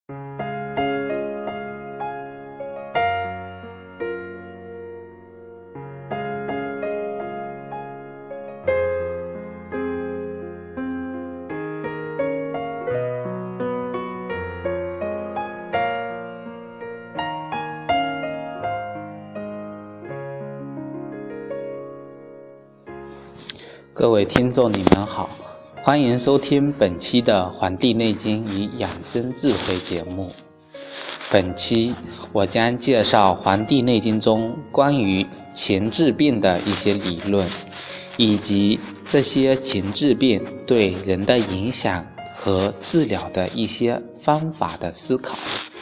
各位听众，你们好，欢迎收听本期的《黄帝内经与养生智慧》节目。本期我将介绍《黄帝内经》中关于情志病的一些理论，以及这些情志病对人的影响和治疗的一些方法的思考。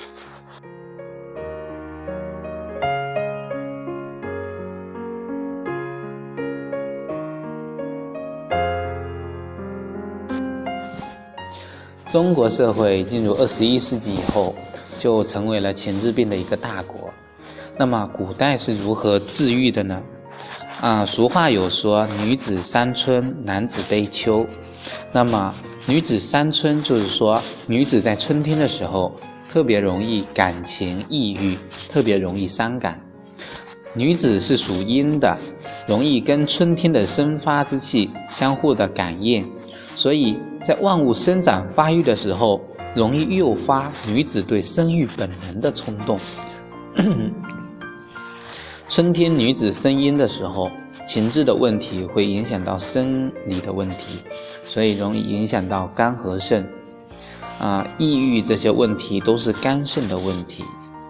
中国社会进入21世纪以后，就成为了情志病的一个大国。那么古代是如何治愈的呢？俗话有说，女子三春，男子悲秋。那么女子三春就是说，女子在春天的时候特别容易感情抑郁，特别容易伤感。女子是属阴的，容易跟春天的生发之气相互的感应，所以在万物生长发育的时候，容易诱发女子对生育本能的冲动。春天女子生阴的时候，情志的问题会影响到生理的问题，所以容易影响到肝和肾。抑郁这些问题都是肝肾的问题。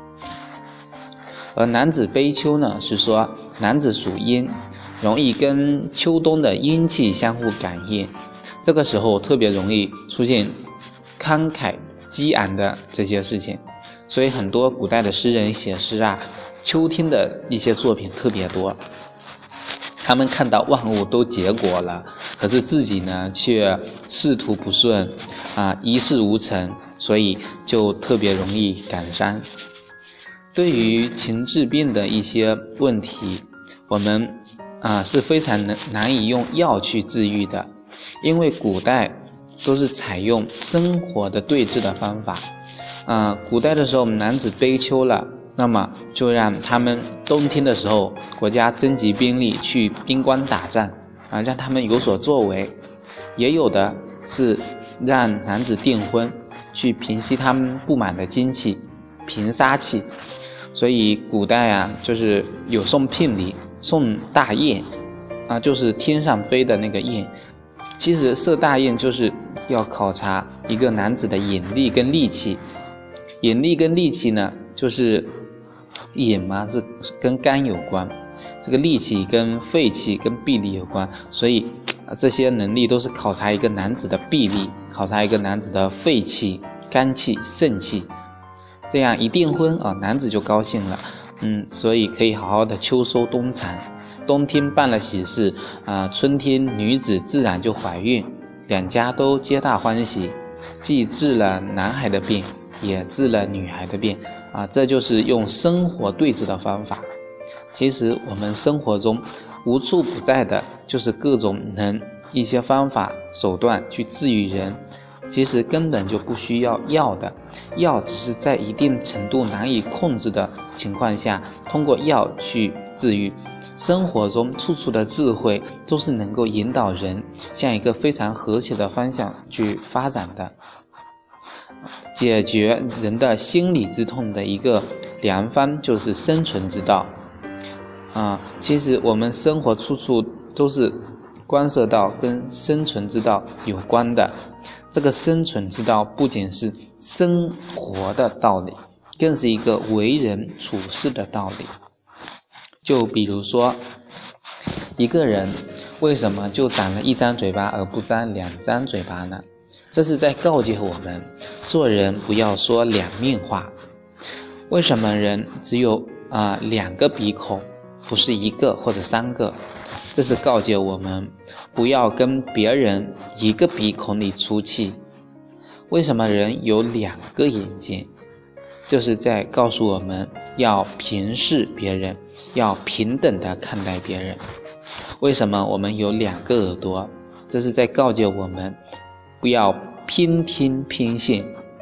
而男子悲秋呢，是说男子属阴，容易跟秋冬的阴气相互感应，这个时候特别容易出现慷慨激昂的这些事情。所以很多古代的诗人写诗秋天的一些作品特别多，他们看到万物都结果了，可是自己呢却仕途不顺一事无成，所以就特别容易感伤。对于情志病的一些问题，我们是非常难以用药去治愈的，因为古代都是采用生活的对治的方法。古代的时候男子悲秋了，那么就让他们冬天的时候国家征集兵力去边关打仗让他们有所作为。也有的是让男子订婚，去平息他们不满的精气，平杀气。所以古代就是有送聘礼，送大雁就是天上飞的那个雁。其实射大雁就是要考察一个男子的引力跟力气。引力跟力气呢，就是引嘛是跟肝有关，这个力气跟肺气跟臂力有关，所以这些能力都是考察一个男子的臂力，考察一个男子的肺气、肝气、肾气。这样一订婚男子就高兴了，所以可以好好的秋收冬藏。冬天办了喜事春天女子自然就怀孕，两家都皆大欢喜，既治了男孩的病，也治了女孩的病这就是用生活对治的方法。其实我们生活中无处不在的就是各种一些方法手段去治愈人，其实根本就不需要药的，药只是在一定程度难以控制的情况下，通过药去治愈。生活中处处的智慧都是能够引导人向一个非常和谐的方向去发展的。解决人的心理之痛的一个良方就是生存之道其实我们生活处处都是关涉到跟生存之道有关的。这个生存之道不仅是生活的道理，更是一个为人处事的道理。就比如说一个人为什么就长了一张嘴巴而不长两张嘴巴呢？这是在告诫我们做人不要说两面话。为什么人只有两个鼻孔，不是一个或者三个？这是告诫我们不要跟别人一个鼻孔里出气。为什么人有两个眼睛？就是在告诉我们要平视别人，要平等的看待别人。为什么我们有两个耳朵？这是在告诫我们不要偏听偏信。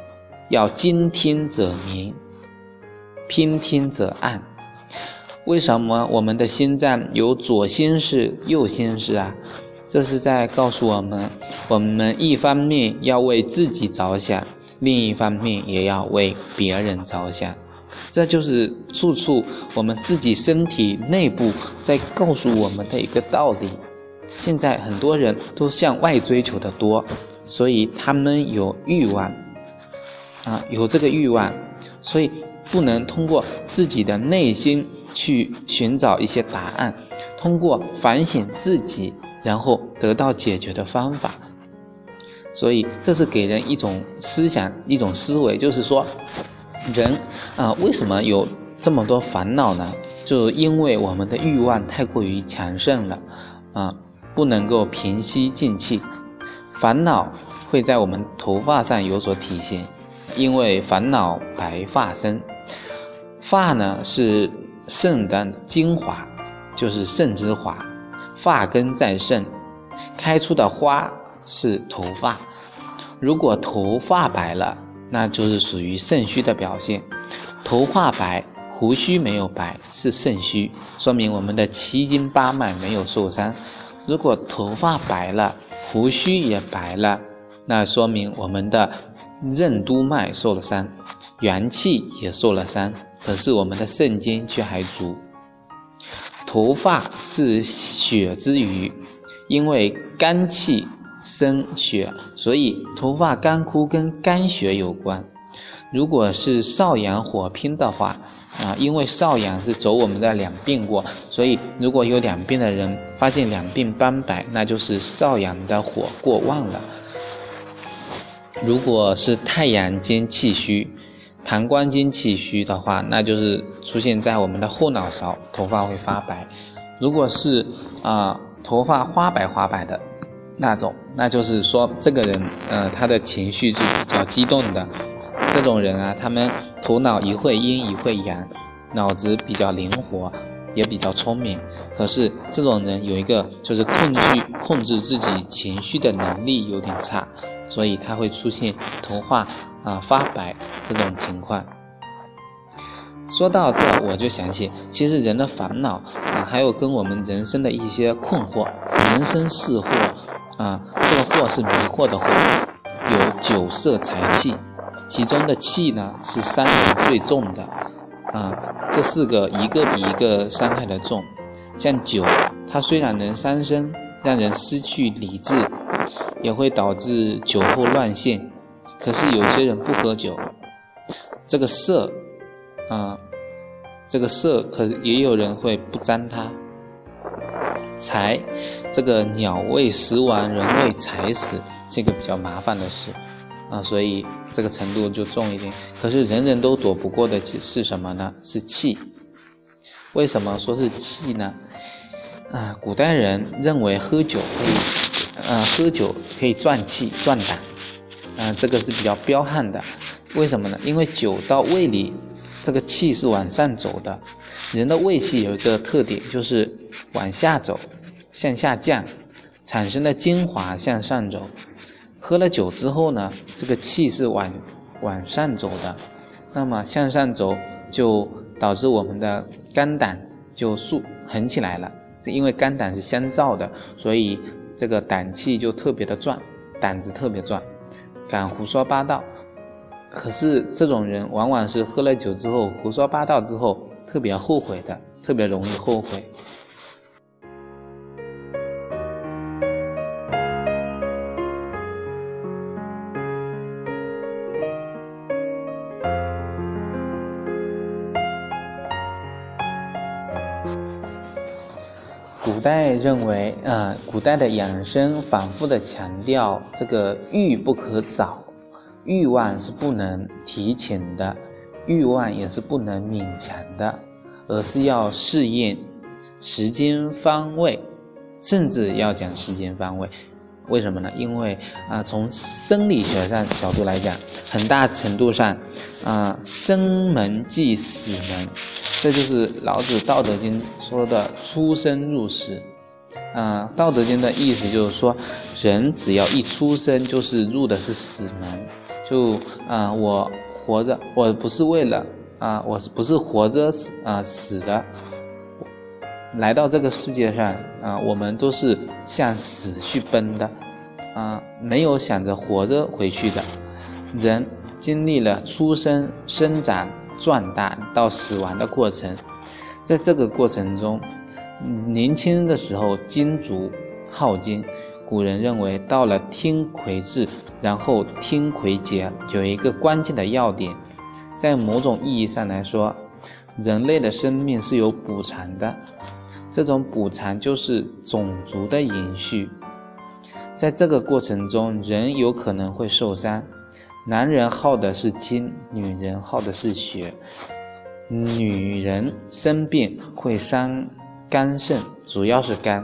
要精听则明，偏听则暗。为什么我们的心脏有左心室、右心室啊？这是在告诉我们，我们一方面要为自己着想，另一方面也要为别人着想。这就是处处我们自己身体内部在告诉我们的一个道理。现在很多人都向外追求的多，所以他们有欲望有这个欲望，所以不能通过自己的内心去寻找一些答案，通过反省自己，然后得到解决的方法。所以这是给人一种思想，一种思维，就是说人为什么有这么多烦恼呢？就是因为我们的欲望太过于强盛了不能够平息静气。烦恼会在我们头发上有所体现，因为烦恼白发生。发呢是肾的精华，就是肾之华，发根在肾，开出的花是头发。如果头发白了，那就是属于肾虚的表现。头发白，胡须没有白，是肾虚，说明我们的七经八脉没有受伤。如果头发白了，胡须也白了，那说明我们的任督脉受了伤，元气也受了伤，可是我们的肾精却还足。头发是血之余，因为肝气生血，所以头发干枯跟肝血有关。如果是少阳火拼的话因为少阳是走我们的两鬓过，所以如果有两鬓的人发现两鬓斑白，那就是少阳的火过旺了。如果是太阳经气虚、膀胱经气虚的话，那就是出现在我们的后脑勺，头发会发白。如果是头发花白的那种，那就是说这个人他的情绪是比较激动的。这种人他们头脑一会阴一会阳，脑子比较灵活，也比较聪明。可是这种人有一个就是控制自己情绪的能力有点差，所以他会出现头发发白这种情况。说到这我就想起，其实人的烦恼还有跟我们人生的一些困惑。人生是惑这个惑是迷惑的惑，有酒色财气，其中的气呢是伤人最重的这四个一个比一个伤害的重。像酒，它虽然能伤身，让人失去理智，也会导致酒后乱性。可是有些人不喝酒，这个色可也有人会不沾它。财，这个鸟为食亡，人为财死，是一个比较麻烦的事所以这个程度就重一点。可是人人都躲不过的是什么呢？是气。为什么说是气呢？古代人认为喝酒可以壮气壮胆这个是比较彪悍的。为什么呢？因为酒到胃里，这个气是往上走的。人的胃气有一个特点，就是往下走，向下降，产生的精华向上走。喝了酒之后呢，这个气是往上走的，那么向上走就导致我们的肝胆就横起来了。因为肝胆是相照的，所以这个胆气就特别的壮，胆子特别壮，敢胡说八道。可是这种人往往是喝了酒之后，胡说八道之后特别后悔的，特别容易后悔。古代认为古代的养生反复的强调这个欲不可早，欲望是不能提前的，欲望也是不能勉强的，而是要适应时间方位，甚至要讲时间方位。为什么呢？因为从生理学上角度来讲，很大程度上生门即死门，这就是老子道德经说的出生入死。道德经的意思就是说，人只要一出生就是入的是死门， 我活着，我不是为了我不是活着死的，来到这个世界上我们都是向死去奔的没有想着活着回去的。人经历了出生、生长、壮大到死亡的过程，在这个过程中，年轻的时候精足耗尽。古人认为到了天癸至，然后天癸竭，有一个关键的要点，在某种意义上来说，人类的生命是有补偿的，这种补偿就是种族的延续。在这个过程中，人有可能会受伤，男人耗的是精，女人耗的是血。女人生病会伤肝肾，主要是肝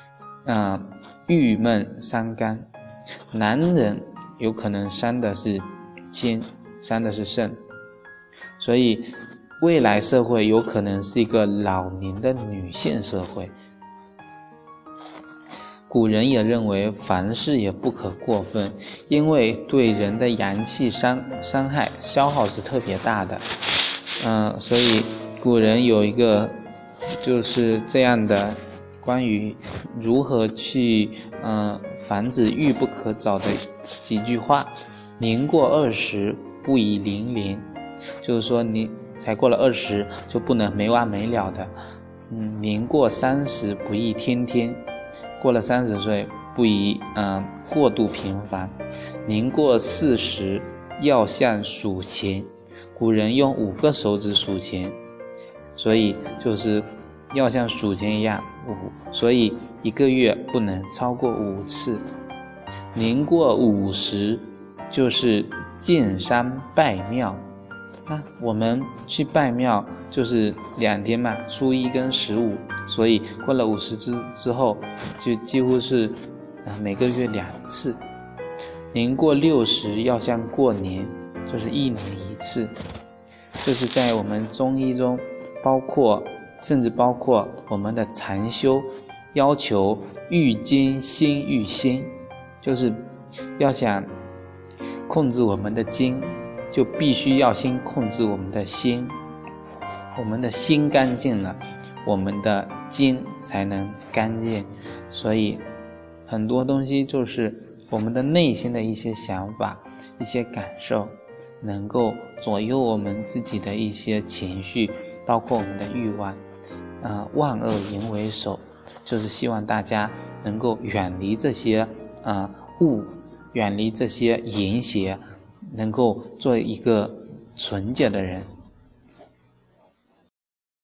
郁闷伤肝。男人有可能伤的是精，伤的是肾。所以未来社会有可能是一个老龄的女性社会。古人也认为凡事也不可过分，因为对人的阳气伤害消耗是特别大的。所以古人有一个就是这样的关于如何去防止郁不可早的几句话。年过20不宜零零，就是说你才过了20就不能没完没了的。年过30不宜天天，过了30岁不宜过度频繁。年过40要像数钱，古人用5个手指数钱，所以就是要像数钱一样所以1个月不能超过5次。年过50就是见山拜庙，那我们去拜庙就是2天嘛，初1跟15，所以过了50之后就几乎是每个月2次。年过60要像过年，就是1年1次。就是在我们中医中甚至包括我们的禅修，要求郁精心郁心，就是要想控制我们的精，就必须要先控制我们的心。我们的心干净了，我们的精才能干净。所以很多东西就是我们的内心的一些想法、一些感受，能够左右我们自己的一些情绪，包括我们的欲望。万恶淫为首，就是希望大家能够远离这些远离这些淫邪，能够做一个纯洁的人。